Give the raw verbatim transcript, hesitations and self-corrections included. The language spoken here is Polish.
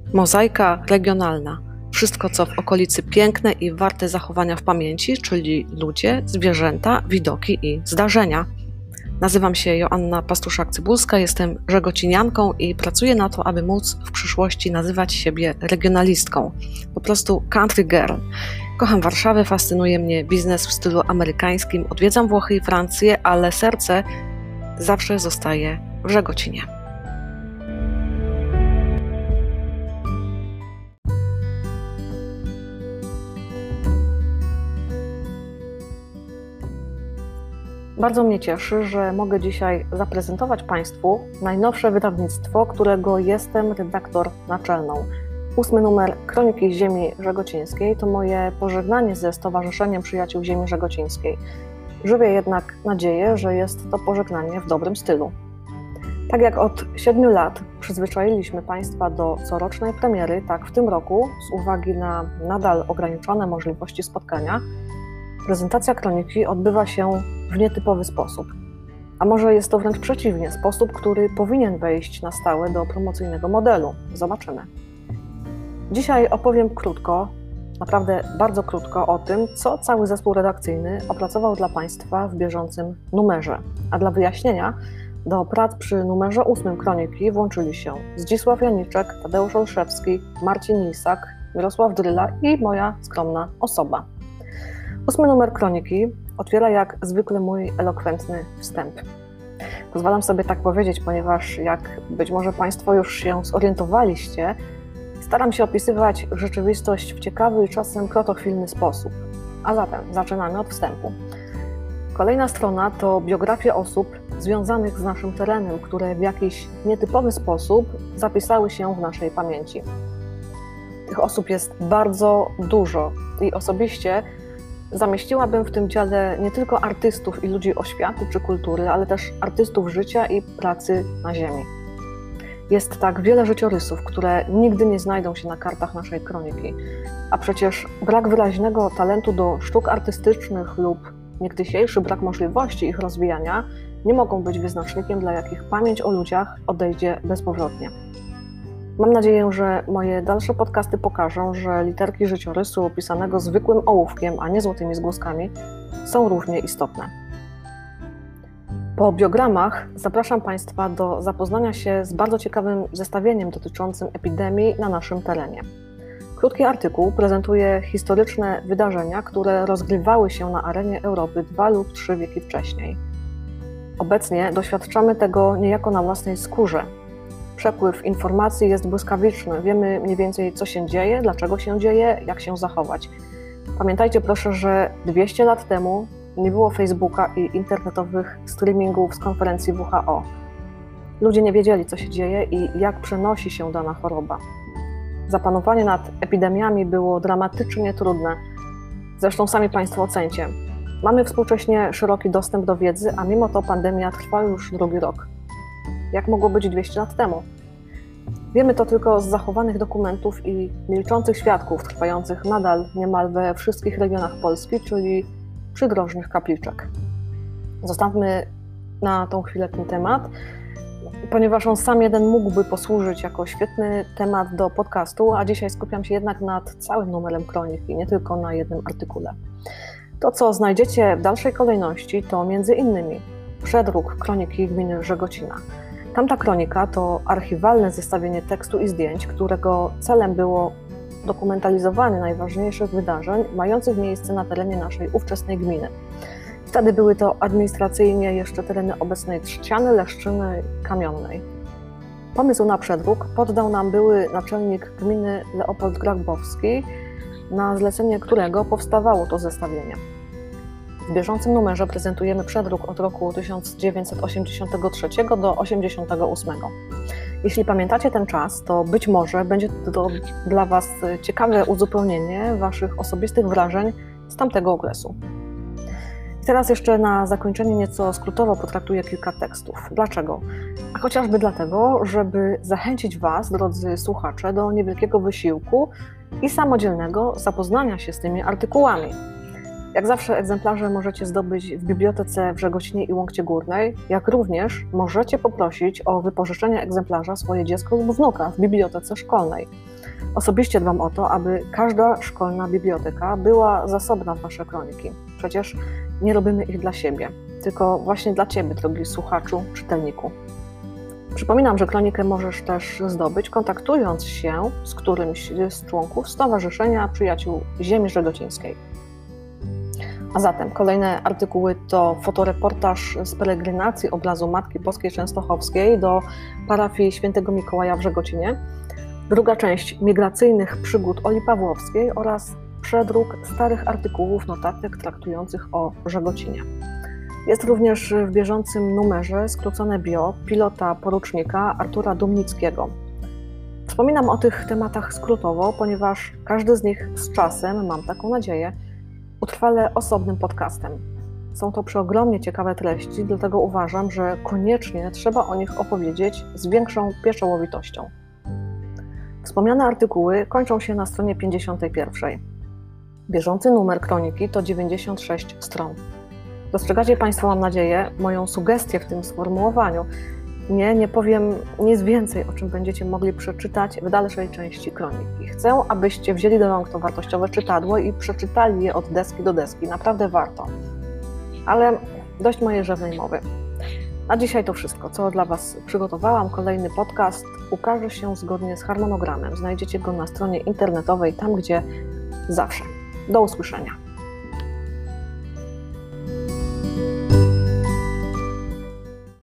Mozaika regionalna. Wszystko, co w okolicy piękne i warte zachowania w pamięci, czyli ludzie, zwierzęta, widoki i zdarzenia. Nazywam się Joanna Pastuszak-Cybulska, jestem żegocinianką i pracuję na to, aby móc w przyszłości nazywać siebie regionalistką. Po prostu country girl. Kocham Warszawę, fascynuje mnie biznes w stylu amerykańskim, odwiedzam Włochy i Francję, ale serce zawsze zostaje w Żegocinie. Bardzo mnie cieszy, że mogę dzisiaj zaprezentować Państwu najnowsze wydawnictwo, którego jestem redaktor naczelną. Ósmy numer Kroniki Ziemi Żegocińskiej to moje pożegnanie ze Stowarzyszeniem Przyjaciół Ziemi Żegocińskiej. Żywię jednak nadzieję, że jest to pożegnanie w dobrym stylu. Tak jak od siedmiu lat przyzwyczailiśmy Państwa do corocznej premiery, tak w tym roku, z uwagi na nadal ograniczone możliwości spotkania, prezentacja kroniki odbywa się w nietypowy sposób. A może jest to wręcz przeciwnie, sposób, który powinien wejść na stałe do promocyjnego modelu. Zobaczymy. Dzisiaj opowiem krótko, naprawdę bardzo krótko o tym, co cały zespół redakcyjny opracował dla Państwa w bieżącym numerze. A dla wyjaśnienia, do prac przy numerze ósmym Kroniki włączyli się Zdzisław Janiczek, Tadeusz Olszewski, Marcin Lisak, Mirosław Dryla i moja skromna osoba. Ósmy numer Kroniki otwiera jak zwykle mój elokwentny wstęp. Pozwalam sobie tak powiedzieć, ponieważ jak być może Państwo już się zorientowaliście, staram się opisywać rzeczywistość w ciekawy i czasem krotochwilny sposób. A zatem zaczynamy od wstępu. Kolejna strona to biografie osób związanych z naszym terenem, które w jakiś nietypowy sposób zapisały się w naszej pamięci. Tych osób jest bardzo dużo i osobiście zamieściłabym w tym dziale nie tylko artystów i ludzi oświaty czy kultury, ale też artystów życia i pracy na ziemi. Jest tak wiele życiorysów, które nigdy nie znajdą się na kartach naszej kroniki, a przecież brak wyraźnego talentu do sztuk artystycznych lub niegdysiejszy brak możliwości ich rozwijania nie mogą być wyznacznikiem, dla jakich pamięć o ludziach odejdzie bezpowrotnie. Mam nadzieję, że moje dalsze podcasty pokażą, że literki życiorysu pisanego zwykłym ołówkiem, a nie złotymi zgłoskami, są równie istotne. Po biogramach zapraszam Państwa do zapoznania się z bardzo ciekawym zestawieniem dotyczącym epidemii na naszym terenie. Krótki artykuł prezentuje historyczne wydarzenia, które rozgrywały się na arenie Europy dwa lub trzy wieki wcześniej. Obecnie doświadczamy tego niejako na własnej skórze. Przepływ informacji jest błyskawiczny, wiemy mniej więcej, co się dzieje, dlaczego się dzieje, jak się zachować. Pamiętajcie proszę, że dwieście lat temu nie było Facebooka i internetowych streamingów z konferencji W H O. Ludzie nie wiedzieli, co się dzieje i jak przenosi się dana choroba. Zapanowanie nad epidemiami było dramatycznie trudne. Zresztą sami Państwo ocencie. Mamy współcześnie szeroki dostęp do wiedzy, a mimo to pandemia trwa już drugi rok. Jak mogło być dwieście lat temu? Wiemy to tylko z zachowanych dokumentów i milczących świadków trwających nadal niemal we wszystkich regionach Polski, czyli przydrożnych kapliczek. Zostawmy na tą chwilę ten temat, ponieważ on sam jeden mógłby posłużyć jako świetny temat do podcastu, a dzisiaj skupiam się jednak nad całym numerem kroniki, nie tylko na jednym artykule. To, co znajdziecie w dalszej kolejności, to między innymi przedruk Kroniki Gminy Żegocina. Tamta kronika to archiwalne zestawienie tekstu i zdjęć, którego celem było dokumentalizowanie najważniejszych wydarzeń mających miejsce na terenie naszej ówczesnej gminy. Wtedy były to administracyjnie jeszcze tereny obecnej Trzciany, Leszczyny, Kamionnej. Pomysł na przedruk poddał nam były naczelnik gminy Leopold Grabowski, na zlecenie którego powstawało to zestawienie. W bieżącym numerze prezentujemy przedruk od roku tysiąc dziewięćset osiemdziesiątego trzeciego do osiemdziesiątego ósmego. Jeśli pamiętacie ten czas, to być może będzie to dla Was ciekawe uzupełnienie Waszych osobistych wrażeń z tamtego okresu. I teraz jeszcze na zakończenie nieco skrótowo potraktuję kilka tekstów. Dlaczego? A chociażby dlatego, żeby zachęcić Was, drodzy słuchacze, do niewielkiego wysiłku i samodzielnego zapoznania się z tymi artykułami. Jak zawsze egzemplarze możecie zdobyć w Bibliotece w Żegocinie i Łąkcie Górnej, jak również możecie poprosić o wypożyczenie egzemplarza swoje dziecko lub wnuka w bibliotece szkolnej. Osobiście dbam o to, aby każda szkolna biblioteka była zasobna w nasze kroniki. Przecież nie robimy ich dla siebie, tylko właśnie dla Ciebie, drogi słuchaczu, czytelniku. Przypominam, że kronikę możesz też zdobyć, kontaktując się z którymś z członków Stowarzyszenia Przyjaciół Ziemi Żegocińskiej. A zatem kolejne artykuły to fotoreportaż z peregrinacji obrazu Matki Boskiej Częstochowskiej do parafii Świętego Mikołaja w Żegocinie, druga część migracyjnych przygód Oli Pawłowskiej oraz przedruk starych artykułów, notatek traktujących o Żegocinie. Jest również w bieżącym numerze skrócone bio pilota porucznika Artura Dumnickiego. Wspominam o tych tematach skrótowo, ponieważ każdy z nich z czasem, mam taką nadzieję, utrwale osobnym podcastem. Są to przeogromnie ciekawe treści, dlatego uważam, że koniecznie trzeba o nich opowiedzieć z większą pieczołowitością. Wspomniane artykuły kończą się na stronie pięćdziesiątej pierwszej. Bieżący numer kroniki to dziewięćdziesiąt sześć stron. Dostrzegacie Państwo, mam nadzieję, moją sugestię w tym sformułowaniu. Nie, nie powiem nic więcej, o czym będziecie mogli przeczytać w dalszej części kroniki. Chcę, abyście wzięli do rąk to wartościowe czytadło i przeczytali je od deski do deski. Naprawdę warto. Ale dość mojej rzewnej mowy. Na dzisiaj to wszystko, co dla Was przygotowałam. Kolejny podcast ukaże się zgodnie z harmonogramem. Znajdziecie go na stronie internetowej, tam gdzie zawsze. Do usłyszenia.